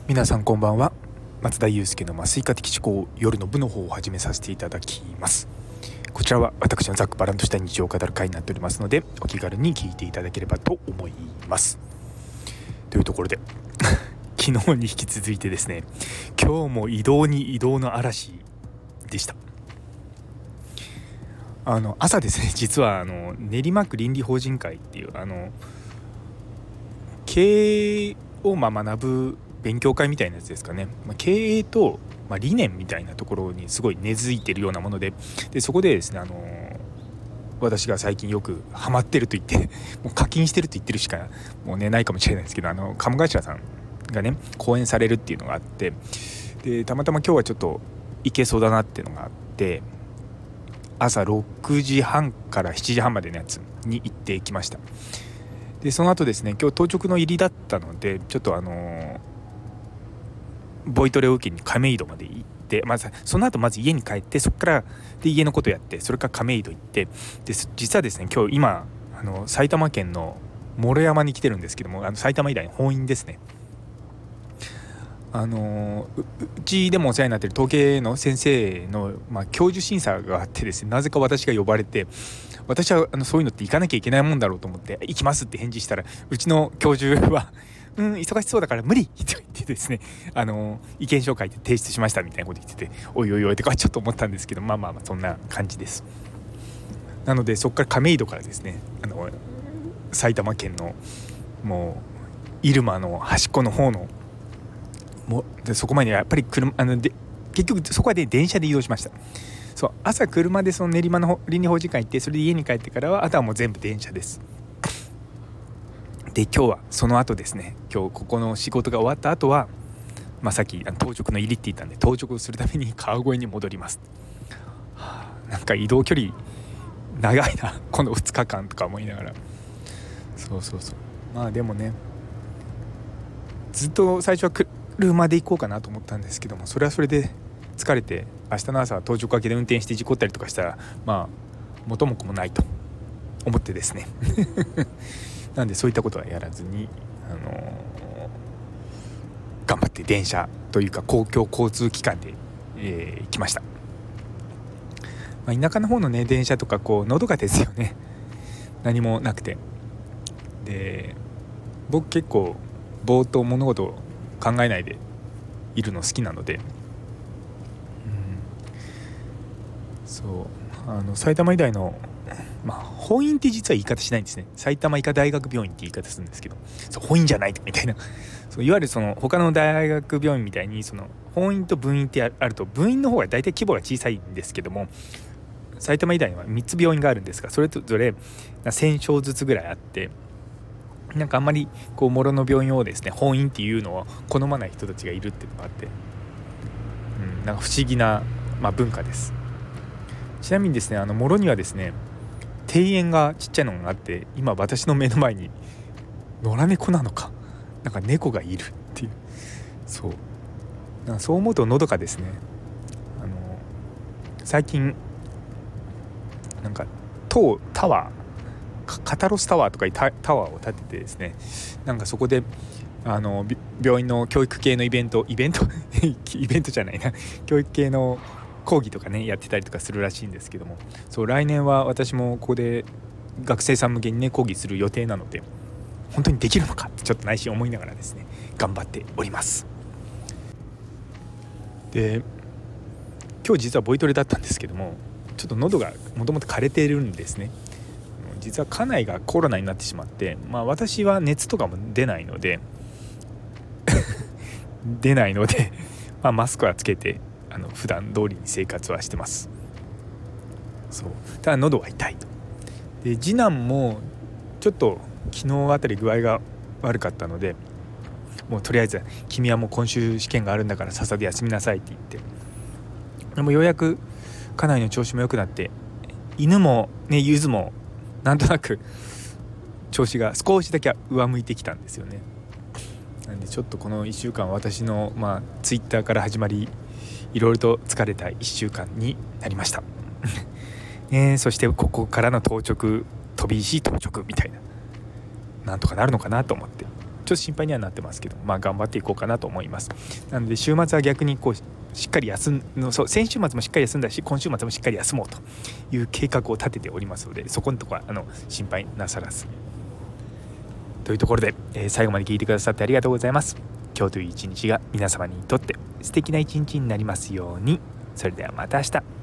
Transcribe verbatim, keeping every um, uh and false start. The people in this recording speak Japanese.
皆さんこんばんは。松田祐介の麻酔科的思考夜の部の方を始めさせていただきます。こちらは私のざっくばらんとした日常を語る会になっておりますので、お気軽に聞いていただければと思います。というところで昨日に引き続いてですね、今日も移動に移動の嵐でした。あの朝ですね、実はあの練馬区倫理法人会っていうあの経営をまあ学ぶ勉強会みたいなやつですかね、まあ、経営と、まあ、理念みたいなところにすごい根付いてるようなもので、でそこでですね、あのー、私が最近よくハマってると言ってもう課金してると言ってるしかもうねないかもしれないですけど、あの鴨頭さんがね講演されるっていうのがあって、でたまたま今日はちょっと行けそうだなっていうのがあって、朝ろくじはんからしちじはんまでのやつに行ってきました。でその後ですね、今日当直の入りだったので、ちょっとあのーボイトレを受けに亀戸まで行って、まずその後まず家に帰って、そこからで家のことやって、それから亀戸行って、で実はですね、今日今あの埼玉県の毛呂山に来てるんですけども、あの埼玉医大の本院ですね。あの う, うちでもお世話になっている統計の先生の、まあ、教授審査があってですね、なぜか私が呼ばれて、私はあのそういうのって行かなきゃいけないもんだろうと思って行きますって返事したら、うちの教授はうん忙しそうだから無理と言ってですね、あの意見書を書いて提出しましたみたいなこと言ってて、おいおいおいとかちょっと思ったんですけど、まあまあまあそんな感じです。なのでそこから亀戸からですね、あの埼玉県のもう入間の端っこの方のもうでそこまでやっぱり車あので結局そこはで電車で移動しました。そう朝車でその練馬の倫理法人会行って、それで家に帰ってからはあとはもう全部電車です。で今日はその後ですね、今日ここの仕事が終わった後は、まあ、さっきあの当直の入りって言ったんで、当直をするために川越に戻ります。はあ、なんか移動距離長いなこのふつかかんとか思いながら、そうそうそう、まあでもね、ずっと最初は車で行こうかなと思ったんですけども、それはそれで疲れて、明日の朝は当直明けで運転して事故ったりとかしたら、まあ元も子もないと思ってですねなんでそういったことはやらずに、あのー、頑張って電車というか公共交通機関で、えー、来ました。まあ、田舎の方のね電車とかこうのどかですよね。何もなくて、で僕結構ぼーっと物事を考えないでいるの好きなので、うん、そうあの埼玉医大のまあ、本院って実は言い方しないんですね。埼玉医科大学病院って言い方するんですけど、そう本院じゃないみたいな、そういわゆるその他の大学病院みたいにその本院と分院ってあると、分院の方が大体規模が小さいんですけども、埼玉医大にはみっつ病院があるんですが、それぞれせん床ずつぐらいあって、なんかあんまりこう諸の病院をですね本院っていうのを好まない人たちがいるっていうのがあって、うん、なんか不思議な、まあ、文化です。ちなみにですね、あの諸にはですね庭園がちっちゃいのがあって、今私の目の前に野良猫なのかなんか猫がいるっていう、そうなんかそう思うとのどかですね。あの最近なんか塔タワーカタロスタワーとかいうタタワーを建ててですね、なんかそこであの病院の教育系のイベントイベントイベントじゃないな教育系の講義とかねやってたりとかするらしいんですけども、そう来年は私もここで学生さん向けにね講義する予定なので、本当にできるのかってちょっと内心思いながらですね頑張っております。で今日実はボイトレだったんですけども、ちょっと喉がもともと枯れているんですね。実は家内がコロナになってしまって、まあ私は熱とかも出ないので出ないので、まあ、マスクはつけてあの普段通りに生活はしてます。そうただ喉は痛いと。で次男もちょっと昨日あたり具合が悪かったので、もうとりあえず君はもう今週試験があるんだからさっさと休みなさいって言って、でもようやく家内の調子も良くなって、犬もねゆずもなんとなく調子が少しだけ上向いてきたんですよね。なんでちょっとこのいっしゅうかん私のまあツイッターから始まり、いろいろと疲れたいっしゅうかんになりました、ね、そしてここからの当直飛び石当直みたいな、なんとかなるのかなと思ってちょっと心配にはなってますけど、まあ頑張っていこうかなと思います。なので週末は逆にこうしっかり休んのそう先週末もしっかり休んだし、今週末もしっかり休もうという計画を立てておりますので、そこのところはあの心配なさらずというところで、えー、最後まで聞いてくださってありがとうございます。今日という一日が皆様にとって素敵な一日になりますように。それではまた明日。